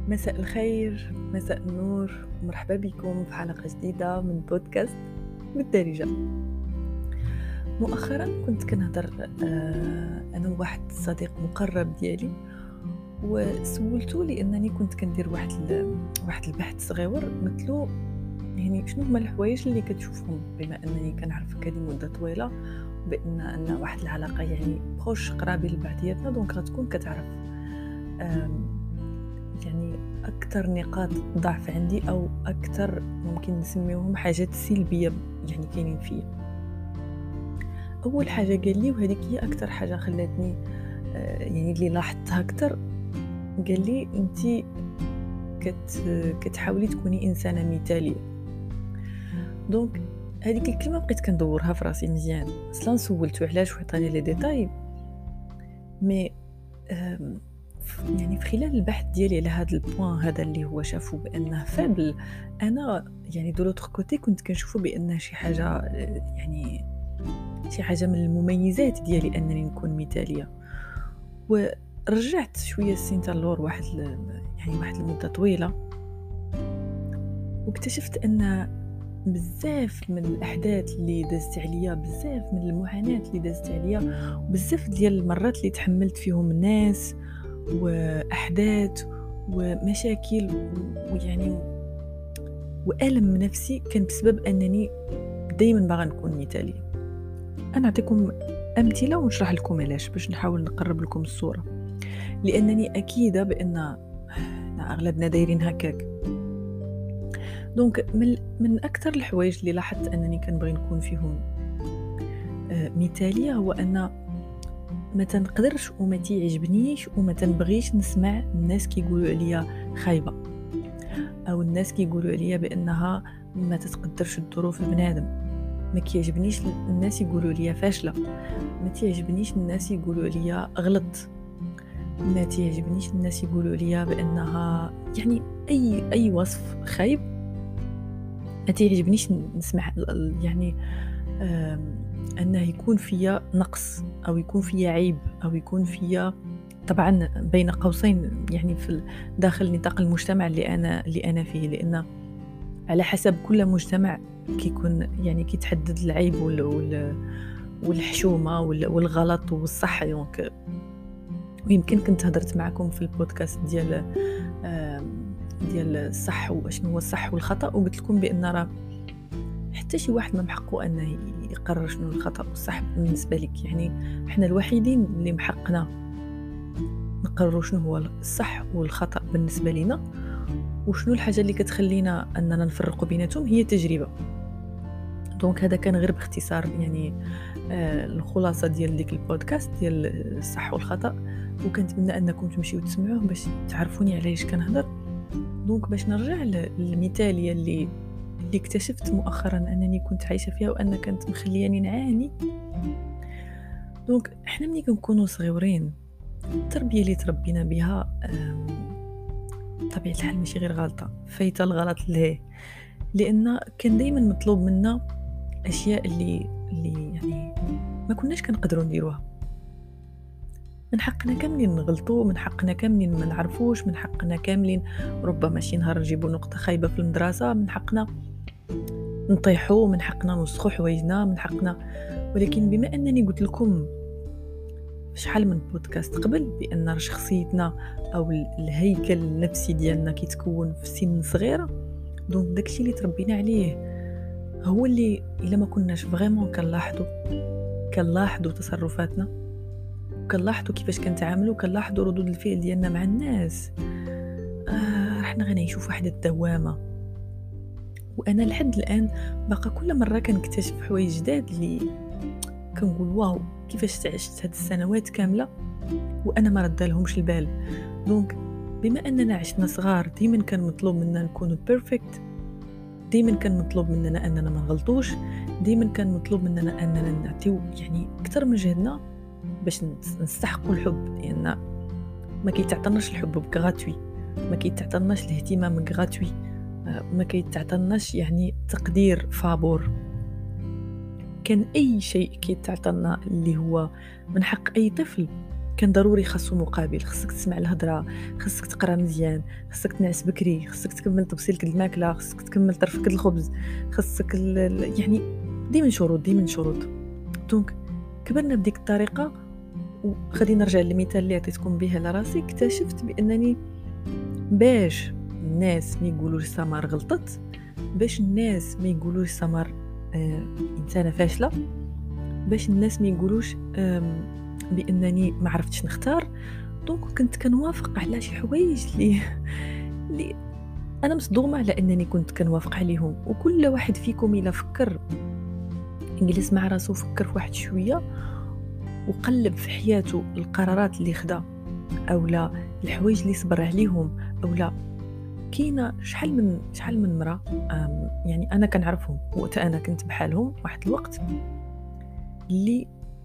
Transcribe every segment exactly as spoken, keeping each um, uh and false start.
مساء الخير، مساء النور، مرحبا بكم في حلقة جديدة من بودكاست بالدارجة. مؤخرا كنت كنهضر آه، انا وواحد صديق مقرب ديالي، وسولته لانني كنت كندير واحد ال- واحد البحث صغير مثلو، يعني شنو هما الحوايج اللي كتشوفهم بما انني كنعرفك هذه مده طويله، بان ان واحد العلاقه يعني بروش قرابين لبعضياتنا، دونك غتكون كتعرف آم، يعني اكثر نقاط ضعف عندي او اكثر ممكن نسميوهم حاجات سلبيه يعني كاينين فيا. اول حاجه قال لي، وهذيك هي اكثر حاجه خلاتني آه، يعني اللي لاحظتها اكثر، قال لي انت كت كتحاولي تكوني انسانه مثاليه. دونك هذيك الكلمه بقيت كندورها في راسي مزيان، اصلا سولته علاش وعطاني لي ديتاي، مي آم، ف- يعني في خلال البحث ديالي على هذا البوان هذا اللي هو شافه بانه فابل، انا يعني دو لوتر كوتي كنت كنشوفه بانه شي حاجه آه، يعني شي حاجه من المميزات ديالي انني نكون مثاليه. ورجعت شويه السنين اللور واحد ال- يعني واحد المده طويله، واكتشفت ان بزاف من الاحداث اللي دازت عليا، بزاف من المعاناه اللي دازت عليا، وبزاف ديال المرات اللي تحملت فيهم ناس واحداث ومشاكل و- ويعني والم نفسي، كان بسبب انني دائما باغا نكون مثاليه. انا اعطيكم امثله ونشرح لكم علاش، باش نحاول نقرب لكم الصوره، لانني اكيده بان اغلبنا دايرين هكاك. دونك من من اكثر الحوايج اللي لاحظت انني كنبغي نكون فيهم آه، مثاليه، هو ان ما تنقدرش وما تيعجبنيش وما تنبغيش نسمع الناس كيقولوا عليا خايبه، او الناس كيقولوا عليا بانها ما تتقدرش الظروف البنادم. ما كيعجبنيش الناس يقولوا لي فاشله، ما تيعجبنيش الناس يقولوا لي غلط، ما تيعجبنيش الناس يقولوا لي بانها يعني اي اي وصف خايب. ما تيعجبنيش نسمع ال- ال- يعني آم، انه يكون فيا نقص او يكون فيا عيب او يكون فيا، طبعا بين قوسين يعني في ال- داخل نطاق المجتمع اللي انا اللي انا فيه، لان على حسب كل مجتمع كيكون يعني كيتحدد العيب وال وال والحشومه وال- والغلط والصح. دونك ويمكن كنت هضرت معكم في البودكاست ديال آم، ديال الصح وشنو هو الصح والخطا، وقلت لكم بان راه حتى شي واحد ما محقه انه يقرر شنو الخطا والصح بالنسبه لك. يعني احنا الوحيدين اللي محقنا نقرروا شنو هو الصح والخطا بالنسبه لنا، وشنو الحاجه اللي كتخلينا اننا نفرقوا بيناتهم هي تجربه. دونك هذا كان غير باختصار يعني آه الخلاصه ديال ديك البودكاست ديال الصح والخطا، وكنتمنى انكم تمشيو تسمعوه باش تعرفوني علاش كنهضر. دونك باش نرجع للمثاليه اللي اللي اكتشفت مؤخرا انني كنت عايشه فيها وان كانت مخلياني نعاني. دونك احنا ملي كنكونوا صغيورين، التربيه اللي تربينا بها آم، طبيعه الحال ماشي غير غلطه، فايته الغلط ليه، لان كان دائما مطلوب منا اشياء اللي اللي يعني ما كناش كنقدروا نديروها. من حقنا كاملين نغلطوا، من حقنا كاملين ما نعرفوش، من حقنا كاملين ربما شي نهار نجيبوا نقطه خايبه في المدرسه، من حقنا نطيحوا، من حقنا نوسخوا حوايجنا، من حقنا. ولكن بما انني قلت لكم شحال من بودكاست قبل بان شخصيتنا او الهيكل النفسي ديالنا كيتكون في سن صغيره، دونك داكشي اللي تربينا عليه هو اللي الا ما كناش فريمون كنلاحظوا كنلاحظوا تصرفاتنا، كنلاحظوا كيفاش كنتعاملوا، كنلاحظوا ردود الفعل ديالنا مع الناس، آه احنا غنعيشوا في واحد الدوامه. وانا لحد الان باقا كل مره كنكتشف حوايج جداد اللي كنقول واو، كيفاش عشت هاد السنوات كامله وانا ما رد لهمش البال. دونك بما اننا عشنا صغار ديما كان مطلوب منا نكونوا بيرفكت، ديما كان مطلوب مننا اننا ما نغلطوش، ديما كان مطلوب مننا اننا نعطيو يعني اكثر من جهدنا باش نستحقوا الحب، لان ما كيتعطناش الحب بغاتوي، ما كيتعطناش الاهتمام بغاتوي، ما كيتعطناش يعني تقدير فابور. كان اي شيء كيتعطنا اللي هو من حق اي طفل كان ضروري خاصو مقابل، خصك تسمع الهضره، خصك تقرا مزيان، خصك تنعس بكري، خصك تكمل تغسيلك الماكله، خصك تكمل طرفك الخبز، خصك ال... ال- يعني ديما شروط ديما شروط. دونك كبرنا بديك الطريقه. وغادي نرجع للمثال اللي عطيتكم به على راسي. اكتشفت بانني باش الناس ما يقولوش سمر غلطت، باش الناس ما يقولوش سمر آه انسانه فاشله، باش الناس ما يقولوش بانني ما عرفتش نختار، دونك كنت كنوافق على شي حوايج اللي اللي انا مصدومه على انني كنت كنوافق عليهم. وكل واحد فيكم الا فكر يجلس مع راسو فكر في واحد شويه وقلب في حياته القرارات اللي خدا او لا الحوايج اللي صبر عليهم او لا، كاينه شحال من شحال من مرة يعني انا كنعرفهم وقت انا كنت بحالهم واحد الوقت اللي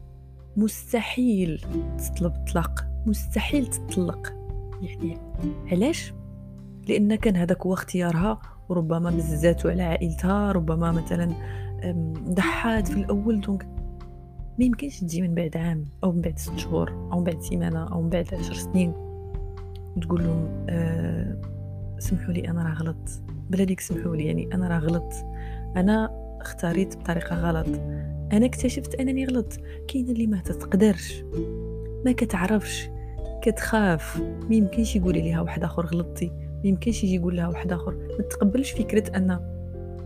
مستحيل تطلب الطلاق، مستحيل تطلق. يعني علاش؟ لان كان هذاك هو اختيارها، وربما بززاتو على عائلتها، ربما مثلا ضحات في الاول. دونك ما يمكنش تجي من بعد عام او من بعد ست شهور او من بعد سيمانه او من بعد عشر سنين وتقول لهم أه سمحوا لي انا راه غلط، بلا ديك سمحوا لي يعني انا راه غلط، انا اختاريت بطريقه غلط، انا اكتشفت انني غلط. كاين اللي ما تقدرش، ما كتعرفش، كتخاف، ما يمكنش يقول ليها واحد اخر غلطتي، ما يمكنش يجي يقول لها واحد اخر. ما تقبلش فكره ان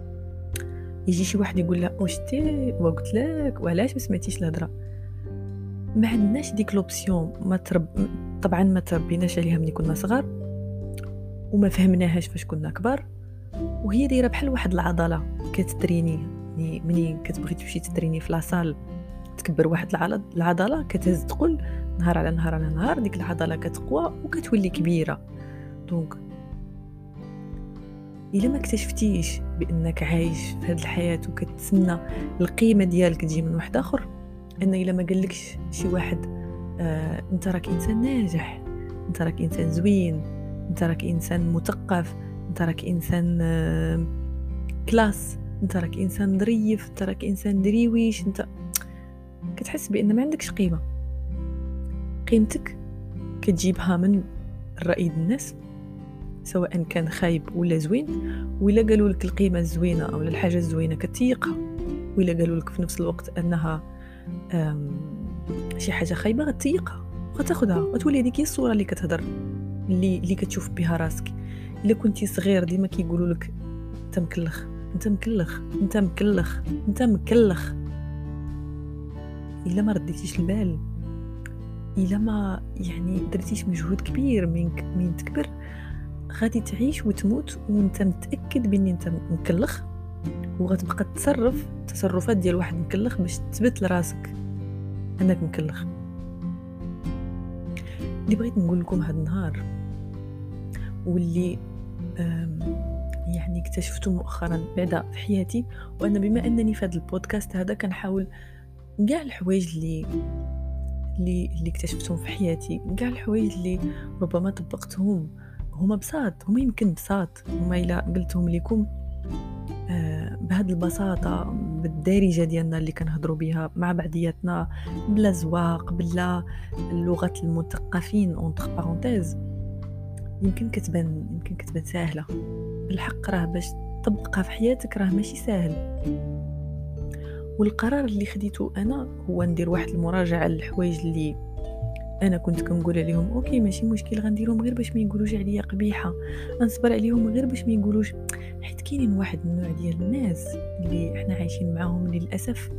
يجي شي واحد يقول لها وشتي وقلت لك وعلاش ما سمعتيش الهضره. ما عندناش ديك لوبسيون، ما ترب... طبعا ما تربيناش عليها ملي كنا صغار وما فهمناهاش فاش كنا كبار، وهي دايره بحال واحد العضله كتتريني. يعني ملي كتبغي تمشي تتريني في لاصال تكبر واحد العضله كتهز تقول نهار على نهار على نهار ديك العضله كتقوى وكتولي كبيره. دونك الا ما اكتشفتيش بانك عايش في هذه الحياه وكتسنى القيمه ديالك تجي من واحد اخر، ان الا ما قالكش شي واحد آه انت راك انسان ناجح، انت راك انسان زوين، انت راك انسان مثقف، انت راك انسان آه كلاس، انت راك انسان ظريف، انت راك انسان دريويش، انت كتحس بان ما عندكش قيمه. قيمتك كتجيبها من الراي ديال الناس سواء كان خايب ولا زوين، وإلا قالوا لك القيمه الزوينه او الحاجه الزوينه كتيقها، وإلا قالوا لك في نفس الوقت انها شي حاجه خايبه غتيقها وغتاخذها وتولي هذيك هي الصوره اللي كتهضر اللي اللي كتشوف بها راسك. الا كنتي صغير ديما كيقولوا لك انت مكلخ، انت مكلخ، انت مكلخ، انت مكلخ. الا ما رديتيش البال، الا ما يعني درتيش مجهود كبير منك من تكبر، غادي تعيش وتموت وانت متاكد بان انت مكلخ، وغتبقى تصرف تصرفات ديال واحد مكلخ باش تثبت لراسك انك مكلخ. اللي بغيت نقول لكم هذا النهار واللي يعني اكتشفته مؤخرا بعدا في حياتي، وانا بما انني في هذا البودكاست هذا كنحاول كاع الحوايج اللي اللي اللي اكتشفتهم في حياتي، كاع الحوايج اللي ربما طبقتهم هما بساط، هما يمكن بساط، هما الا قلتهم لكم آه بهذه البساطه بالدارجه ديالنا اللي كنهضروا بها مع بعضياتنا بلا زواق بلا لغه المثقفين اونتر بارونتيز، يمكن كتبان يمكن كتبان سهله. بالحق راه باش تطبقها في حياتك راه ماشي سهل. والقرار اللي خديته انا هو ندير واحد المراجعه للحوايج اللي انا كنت كنقول عليهم اوكي ماشي مشكل غنديرهم غير باش ما يقولوش عليا قبيحه، غنصبر عليهم غير باش ما يقولوش. حيت كاينين واحد النوع ديال الناس اللي احنا عايشين معاهم للاسف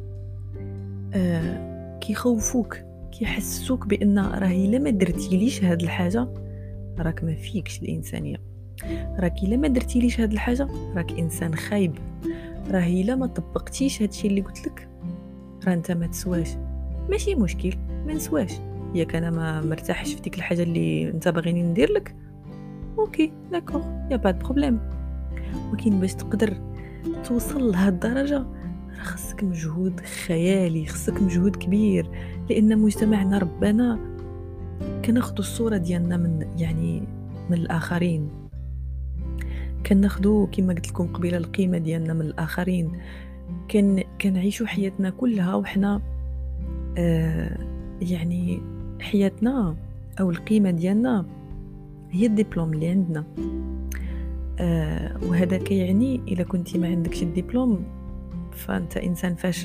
آه كيخوفوك، كيحسسوك بان راه الا ما درتيليش هاد الحاجه راك ما فيكش الانسانيه، راك الا ما درتيليش هاد الحاجه راك انسان خايب، راه الا ما طبقتيش هادشي اللي قلت لك راه انت ما تسواش. ماشي مشكل ما نسواش، ياك انا ما مرتاحش في ديك الحاجه اللي انت باغيني ندير لك اوكي داكوغ يا با بروبليم. ولكن باش تقدر توصل لهاد الدرجه راه خصك مجهود خيالي، خصك مجهود كبير، لان مجتمعنا ربنا كناخذوا الصوره ديالنا من يعني من الاخرين، كناخذوا كما قلت لكم قبيله القيمه ديالنا من الاخرين، كان كنعيشوا حياتنا كلها وحنا آه يعني حياتنا أو القيمة ديالنا هي الدبلوم اللي عندنا. آه وهذا كيعني إلا كنتي ما عندكش الدبلوم فأنت إنسان فاشل.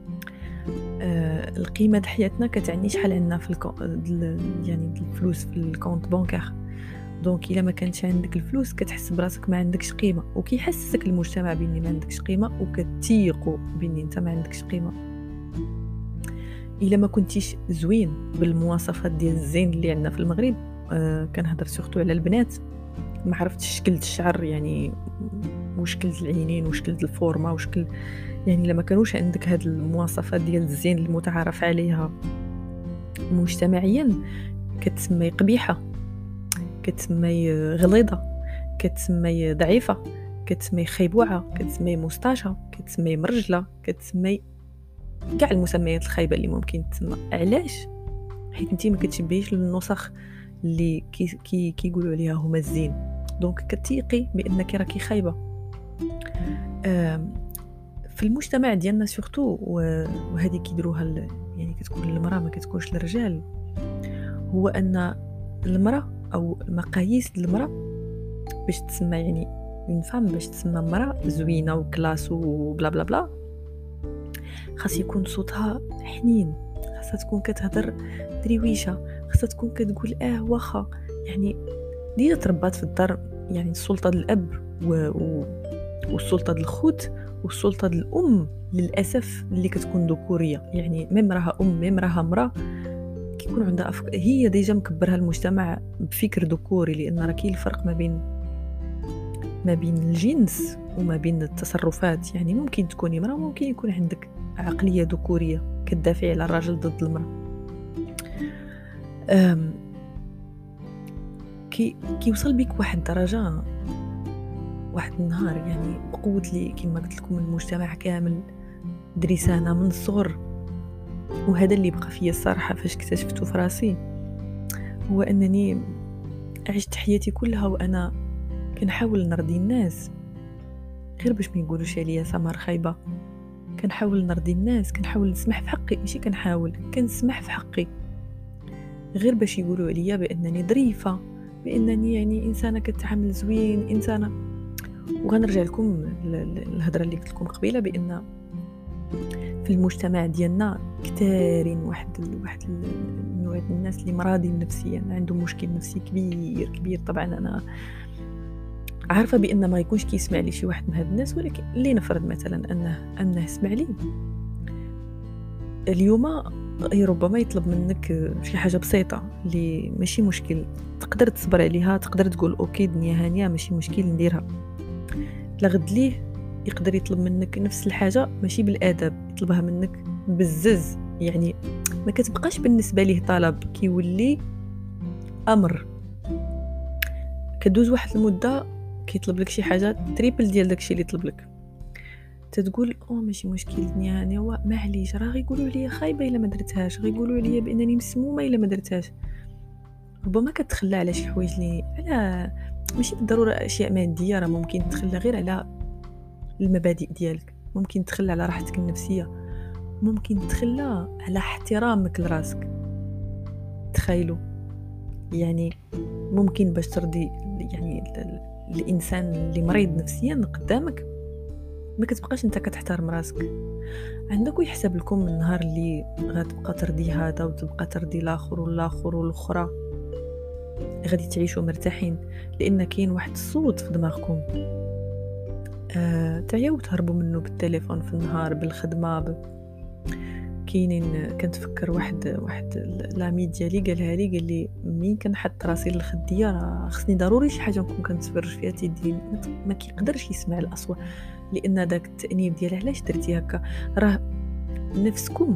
آه القيمة د حياتنا كتعني شحال عندنا في الكو... يعني الفلوس في الكونت بانكار. دونك الا ما كانش عندك الفلوس كتحس براسك ما عندكش قيمه، وكيحسسك المجتمع بان ما عندكش قيمه، وكتيقوا بان انت ما عندكش قيمه. الا ما كنتيش زوين بالمواصفات ديال الزين اللي عندنا في المغرب، آه كنهضر سورتو على البنات، ما عرفتش شكل الشعر يعني وشكل العينين وشكل الفورمه وشكل، يعني لما كانوش عندك هاد المواصفات ديال الزين المتعارف عليها مجتمعيا كتسمي قبيحه، كتسمي غليظه، كتسمي ضعيفه، كتسمي خيبوعه، كتسمي مستاشة، كتسمي مرجله، كتسمي كاع المسميات الخايبه اللي ممكن تسمى. علاش؟ حيت انتي ما كتشبهيش للنسخ اللي كي كي كيقولوا عليها هما الزين، دونك كتيقي بانك راكي خايبه. في المجتمع ديالنا سورتو، وهذه كيديروها يعني كتكون المراه ما كتكونش الرجال، هو ان المراه او مقاييس المراه باش تسمى يعني اون فام، باش تسمى مراه زوينه وكلاس وبلا بلا بلا، خاص يكون صوتها حنين، خاصها تكون كتهضر درويشه، خاصها تكون كتقول اه واخا، يعني ديما تربات في الدار، يعني السلطه ديال الاب و... و... والسلطه ديال الخوت والسلطه ديال الام للاسف اللي كتكون ذكوريه، يعني ميم راها ام ميم راها مراه كيكون عندها أفك... هي ديجا مكبرها المجتمع بفكر ذكوري، لان راه كاين الفرق ما بين ما بين الجنس وما بين التصرفات. يعني ممكن تكوني مراه ممكن يكون عندك عقليه ذكوريه كتدافعي على الراجل ضد المراه. أم... كي كيوصل بك واحد الدرجه واحد النهار، يعني بقوه لي كما قلت لكم المجتمع كامل دريسانه من الصغر، وهذا اللي بقى فيا الصراحه فاش اكتشفته في راسي، هو انني عشت حياتي كلها وانا كنحاول نرضي الناس غير باش ما يقولوش عليا سمر خايبه. كنحاول نرضي الناس، كنحاول نسمح في حقي، ماشي كنحاول كنسمح في حقي غير باش يقولوا عليا بانني ظريفه، بانني يعني انسانه كتعامل زوين، انسانه. وغنرجع لكم الهضره اللي قلت لكم قبيله بان في المجتمع ديالنا كثارين واحد ال... واحد النوع ديال الناس اللي مرضين نفسيا، عندهم مشكل نفسي كبير كبير. طبعا انا عارفه بان ما يكونش كيسمع لي شي واحد من هاد الناس، ولكن اللي نفرض مثلا انه انه يسمع لي اليوم، ربما يطلب منك شي حاجه بسيطه اللي ماشي مشكل، تقدر تصبر عليها، تقدر تقول اوكي دنيا هانيه ماشي مشكل نديرها. لغد ليه يقدر يطلب منك نفس الحاجه ماشي بالادب، يطلبها منك بالزز، يعني ما كتبقاش بالنسبه ليه طلب، كيولي امر. كدوز واحد المده كيطلب لك شي حاجه تريبل ديال داكشي اللي طلب لك، تتقول او ماشي مشكل دنيا هانيه، معليش راه غيقولوا لي خايبه الا ما درتهاش، غيقولوا لي بانني مسمومه الا ما درتهاش. ربما كتخلى على شي حوايج اللي على ماشي بالضروره اشياء ماديه، راه ممكن تخلى غير على المبادئ ديالك، ممكن تخلى على راحتك النفسيه، ممكن تخلى على احترامك لراسك. تخيلوا يعني ممكن باش ترضي يعني الانسان اللي مريض نفسيا قدامك ما كتبقاش انت كتحترم راسك. عندك ويحسب لكم النهار اللي غتبقى ترضي هذا وتبقى ترضي الاخر والاخر والاخرى، غادي تعيشوا مرتاحين، لان كاين واحد الصوت في دماغكم آه، تعياو تهربوا منه بالتليفون في النهار، بالخدمه ب... كاينين. كنتفكر واحد واحد لامي ديالي قالها لي، قال لي مين كنحط راسي للخديه راه خصني ضروري شي حاجه نكون كنتفرج فيها تيدي، ما كيقدرش يسمع الاصوات، لان داك التانيب ديال علاش درتي هكا، راه نفسكم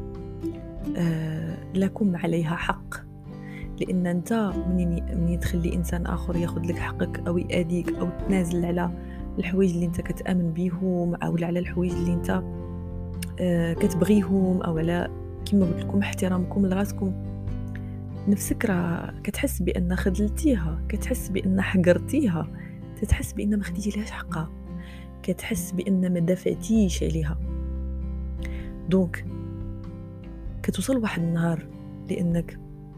آه لكم عليها حق، لان انت منين منين تخلي انسان اخر ياخذ لك حقك او ياديك او تنازل على الحوايج اللي انت كتامن بيهم، او على الحوايج اللي انت آه كتبغيهم، او على كما قلت لكم احترامكم لراسكم، نفسك راه كتحس بان خذلتيها، كتحس بان حقرتيها، تتحس بان ما خديتي لهاش حقها، كتحس بان ما دافعتيش عليها. دونك كتوصل واحد النهار لانك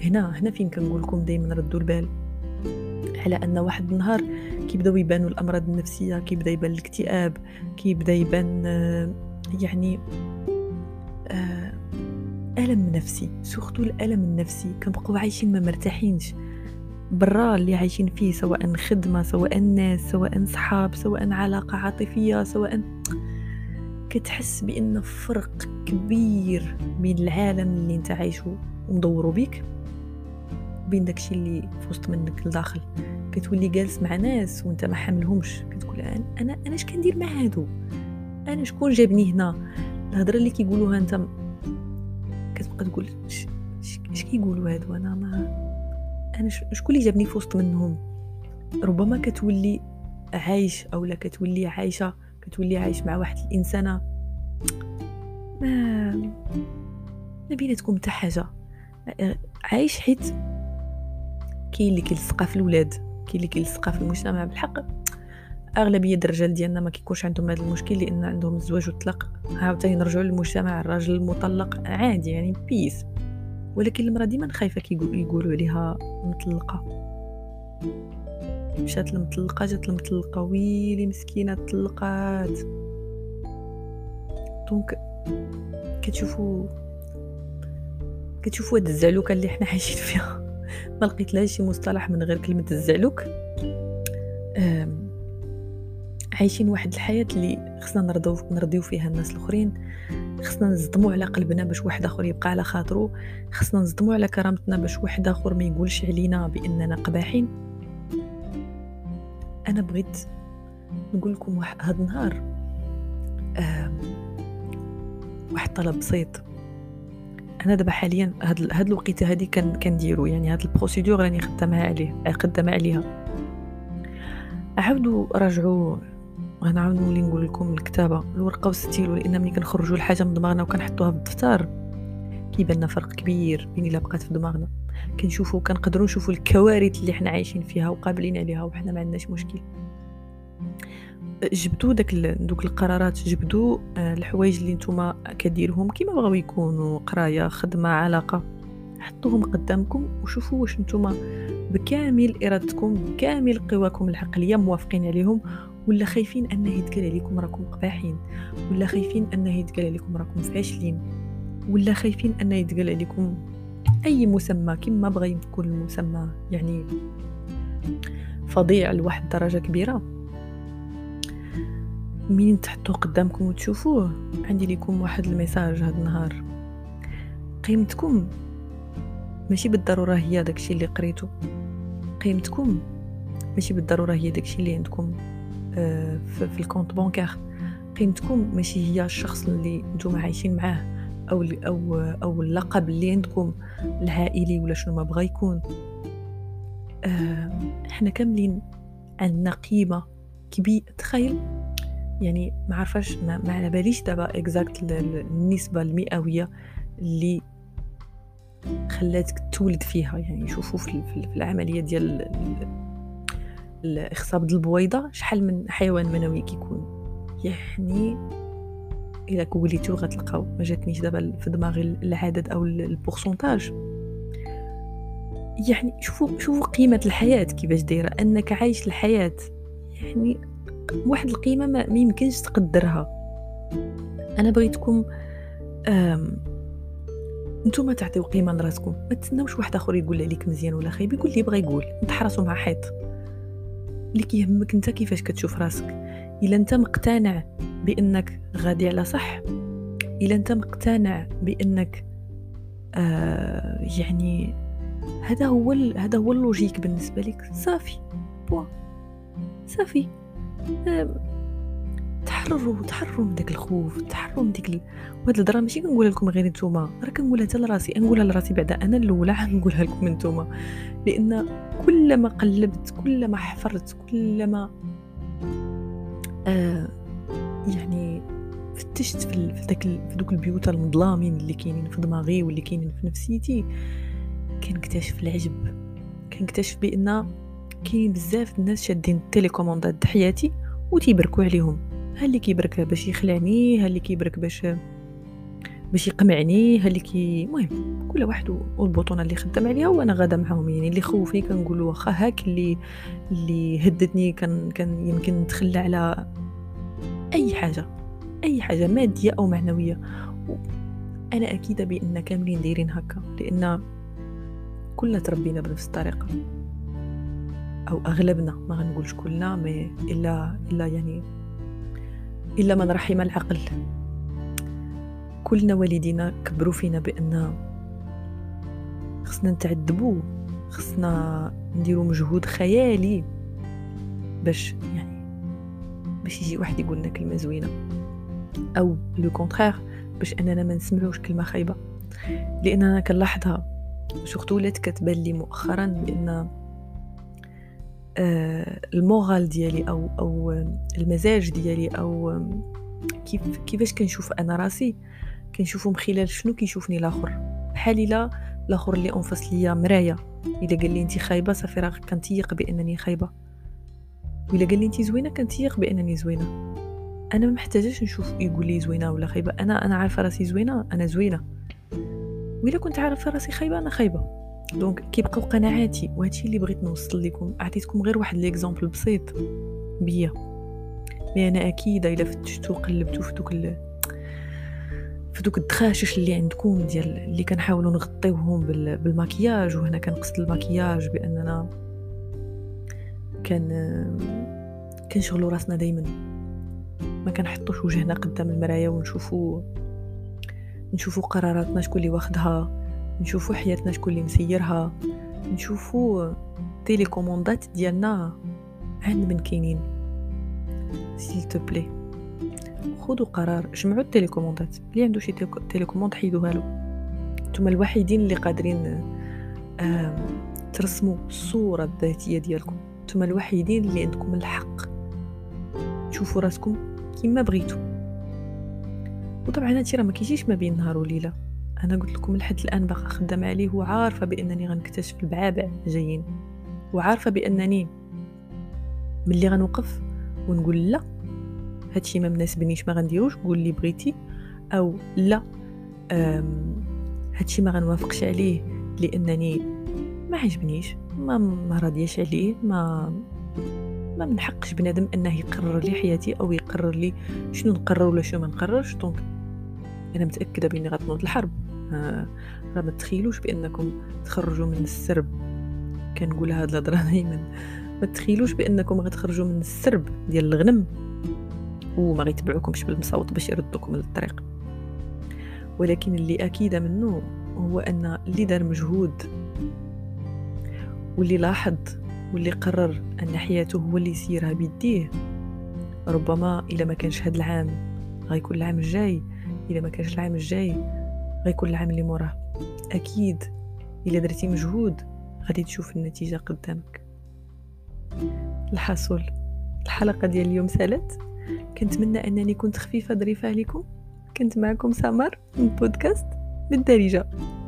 هنا هنا فين كنقول لكم دائما ردوا البال على ان واحد النهار كيبداو يبانوا الامراض النفسيه، كيبدا يبان الاكتئاب، كيبدا يبان آه، يعني آه، الم نفسي، سورتو الالم النفسي. كنبقاو عايشين ما مرتاحينش برا اللي عايشين فيه، سواء خدمه، سواء ناس، سواء صحاب، سواء علاقه عاطفيه، سواء كتحس بان فرق كبير بين العالم اللي انت عايشه ومدورو بيك بين داكشي اللي في وسط منك لداخل. كتولي جالس مع ناس وانت ما حاملهمش، كتقول انا انا اش كندير مع هادو، انا شكون جابني هنا. الهضره اللي كيقولوها انت كتبقى تقول اش كيقولوا هادو، انا ما انا شكون اللي جابني في وسط منهم. ربما كتولي عايش او لا كتولي عايشه كتولي عايش مع واحد الانسانه ما ما بيناتكم حتى حاجه، عايش حيت كاين اللي كيلصق في الولاد، كاين اللي كيلصق في المجتمع. بالحق اغلبيه الرجال ديالنا ما كيكونش عندهم هذا المشكل لان عندهم الزواج والطلاق. عاوتاني نرجعوا للمجتمع، الراجل المطلق عادي يعني بيس، ولكن المراه ديما خايفه كيقولوا عليها مطلقه. مشات المطلقه جات المطلقه، ويلي مسكينه طلقات. دونك كتشوفوا كتشوفوا هاد الزعلوكه اللي حنا عايشين فيها ما لقيت لها شي مصطلح من غير كلمه الزعلوك. عايشين واحد الحياه اللي خصنا نرضيو نرضيو فيها الناس الاخرين، خصنا نصدموا على قلبنا باش واحد اخر يبقى على خاطره، خصنا نصدموا على كرامتنا باش واحد اخر ما يقولش علينا باننا قباحين. انا بغيت نقول لكم واحد هذا النهار واحد طلب بسيط. انا دابا حاليا هاد هاد الوقيته هذه كان كنديرو يعني هاد البروسيدور راني خدامها عليه خدامه عليها. عاودوا راجعوا، غنعاود نولي نقول لكم الكتابه الورقه والستيلو، لان ملي كنخرجوا الحاجه من دماغنا وكنحطوها في الدفتر كيبان لنا فرق كبير بين الا بقات في دماغنا. كنشوفوا كنقدروا نشوفوا الكوارث اللي حنا عايشين فيها وقابلين عليها وحنا ما عندناش مشكل. جبدوا داك دوك القرارات، جبدوا الحوايج اللي نتوما كديرهم كيما بغاو يكونوا، قرايه، خدمه، علاقه، حطوهم قدامكم وشوفوا واش نتوما بكامل ارادتكم بكامل قواكم العقليه موافقين عليهم، ولا خايفين انه يتقال عليكم راكم قباحين، ولا خايفين انه يتقال عليكم راكم فاشلين، ولا خايفين انه يتقال عليكم اي مسمى كما بغى يكون المسمى يعني فظيع لواحد درجه كبيره. مين تحطوه قدامكم وتشوفوه، عندي لكم واحد الميساج هذا النهار. قيمتكم ماشي بالضروره هي داكشي اللي قريتو، قيمتكم ماشي بالضروره هي داكشي اللي عندكم آه في الكونط بانكار، قيمتكم ماشي هي الشخص اللي نتوما عايشين معاه او او او اللقب اللي عندكم العائلي ولا شنو ما بغى يكون. آه احنا كاملين عندنا قيمه كبيره. تخيل يعني ما عارفاش ما, ما على باليش دابا اكزاكت النسبه المئويه اللي خلاتك تولد فيها. يعني شوفوا في, في العمليه ديال الاخصاب ديال البويضه شحال من حيوان منوي كيكون. يعني الا كوليتو غتلقاو، ما جاتنيش دابا في دماغي العدد او البورسونتاج. يعني شوفوا شوفوا قيمه الحياه كيفاش دايره، انك عايش الحياه يعني واحد القيمه ما يمكنش تقدرها. انا بغيتكم نتوما تعطيو قيمه لراسكم، ما تسناوش واحد اخر يقول عليك مزيان ولا خايب، يقول لي بغى يقول، نتحرسوا مع حيط. اللي كيهمك انت كيفاش كتشوف راسك. الا انت مقتنع بانك غادي على صح، الا انت مقتنع بانك آه يعني هذا هو هذا هو اللوجيك بالنسبه لك، صافي بوا صافي. آه تحرروا تحرروا من داك الخوف، تحرروا من ديك ال... وهاد الهضره ماشي كنقولها لكم غير نتوما، راه كنقولها حتى لراسي، نقولها لراسي بعدا انا الاولى، نقولها لكم نتوما. لان كلما قلبت، كلما حفرت، كلما آه يعني فتشت في في داك في دوك البيوت المظلامين اللي كاينين في دماغي واللي كاينين في نفسيتي، كنكتشف العجب. كنكتشف بان كاين بزاف الناس شادين التيليكوموندات د حياتي وتيبركوا عليهم. ها اللي كيبرك باش يخلعني، ها اللي كيبرك باش باش يقمعني ها اللي كي المهم كل واحد والبطونه اللي خدام عليها وانا غاده معاهم. يعني اللي خوفني كنقول له واخا هاك، اللي اللي هددني كان كان يمكن نتخلى على اي حاجه اي حاجه ماديه او معنويه. انا اكيده بان كاملين دايرين هكا، لان كلنا تربينا بنفس الطريقه، او اغلبنا، ما غنقولش كلنا، ما الا الا يعني الا من رحم العقل. كلنا والدينا كبروا فينا بان خصنا نتعذبوا، خصنا نديروا مجهود خيالي باش يعني باش يجي واحد يقول لنا كلمه زوينه، او لو كونترير باش اننا ما نسمعوش كلمه خايبه. لان انا كنلاحظها سورتو ولات كتبان لي مؤخرا بان آه المورال ديالي او او المزاج ديالي او كيف كيفاش كنشوف انا راسي كنشوفه من خلال شنو كيشوفني الاخر. بحال الا الاخر اللي انفس ليا مرايه، الا قال لي انت خايبه صافي راه كنتيق بانني خايبه، وإلا قال لي انت زوينه كنتيق بانني زوينه. انا ما محتاجاش نشوف يقول لي زوينه ولا خايبه، انا انا عارفه راسي زوينه، انا زوينه. وإلا كنت عارفه راسي خايبه انا خايبه. دونك كيبقاو قناعاتي، وهادشي اللي بغيت نوصل لكم. عطيتكم غير واحد ليكزامبل بسيط بيا، مي انا اكيد الا فتشتو قلبتو في دوك ال... في دوك الدخاشش اللي عندكم ديال اللي كنحاولوا نغطيوهم بال... بالماكياج. وهنا كنقصد الماكياج باننا كان كنشغلوا راسنا دايما، ما كنحطوش وجهنا قدام المرايه ونشوفوا نشوفوا قراراتنا شكون اللي واخدها، نشوفوا حياتنا شكون اللي مسيرها، نشوفوا تيليكوموندات ديالنا عند من كاينين. سيل تو بلي خذوا قرار، جمعوا التيليكوموندات. اللي عنده شي تيليكوموند حيدوها له. نتوما الوحيدين اللي قادرين ترسموا الصوره الذاتيه ديالكم، نتوما الوحيدين اللي عندكم الحق تشوفوا راسكم كما بغيتوا. وطبعا هادشي راه ما كيجيش ما بين نهار وليله. انا قلت لكم لحد الان باقا خدامه عليه، وعارفه بانني غنكتشف البعابع جايين، وعارفه بانني ملي غنوقف ونقول لا هادشي ما مناسبنيش ما غنديروش، قول لي بغيتي، او لا هادشي ما غنوافقش عليه لانني ما عجبنيش، ما ما راضياش عليه، ما ما منحقش بنادم انه يقرر لي حياتي او يقرر لي شنو نقرر ولا شنو ما نقررش. دونك انا متاكده باني غتنوض الحرب. آه راه ما تخيلوش بانكم تخرجوا من السرب. كنقول هاد الهضره دائما، ما تخيلوش بانكم غتخرجوا من السرب ديال الغنم وما غيتبعوكمش بالمصوت باش يردوكم للطريق. ولكن اللي اكيده منه هو ان اللي دار مجهود واللي لاحظ واللي قرر ان حياته هو اللي يسيرها بيديه، ربما الا ما كانش هاد العام غيكون العام الجاي، الا ما كانش العام الجاي غيكون العام اللي موراه. اكيد الا درتي مجهود غادي تشوف النتيجه قدامك. الحاصل الحلقه ديال اليوم سالت. كنتمنى انني كنت خفيفه ظريفه عليكم. كنت معكم سمر من بودكاست بالدارجه.